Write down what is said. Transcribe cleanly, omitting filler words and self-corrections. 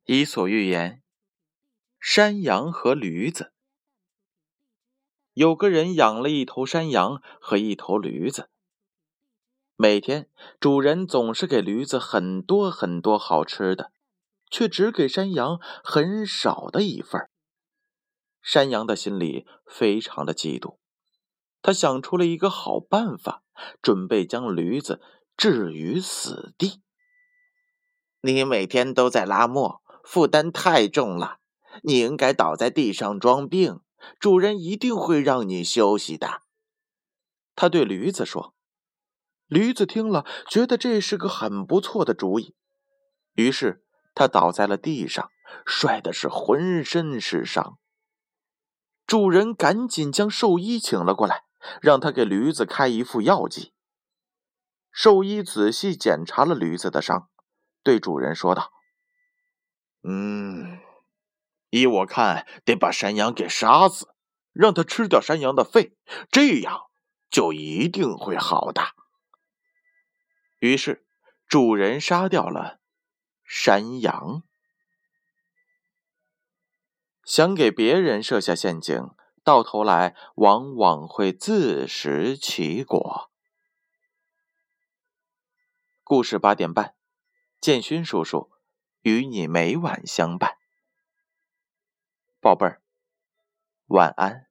伊索寓言：山羊和驴子。有个人养了一头山羊和一头驴子，每天主人总是给驴子很多很多好吃的，却只给山羊很少的一份。山羊的心里非常的嫉妒，他想出了一个好办法，准备将驴子置于死地。 你每天都在拉磨，负担太重了，你应该倒在地上装病，主人一定会让你休息的。 他对驴子说。驴子听了，觉得这是个很不错的主意，于是他倒在了地上，摔的是浑身是伤。主人赶紧将兽医请了过来，让他给驴子开一副药剂。兽医仔细检查了驴子的伤，对主人说道：依我看，得把山羊给杀死，让它吃掉山羊的肺，这样就一定会好的。于是主人杀掉了山羊。想给别人设下陷阱，到头来往往会自食其果。故事8点半，建勋叔叔与你每晚相伴。宝贝儿，晚安。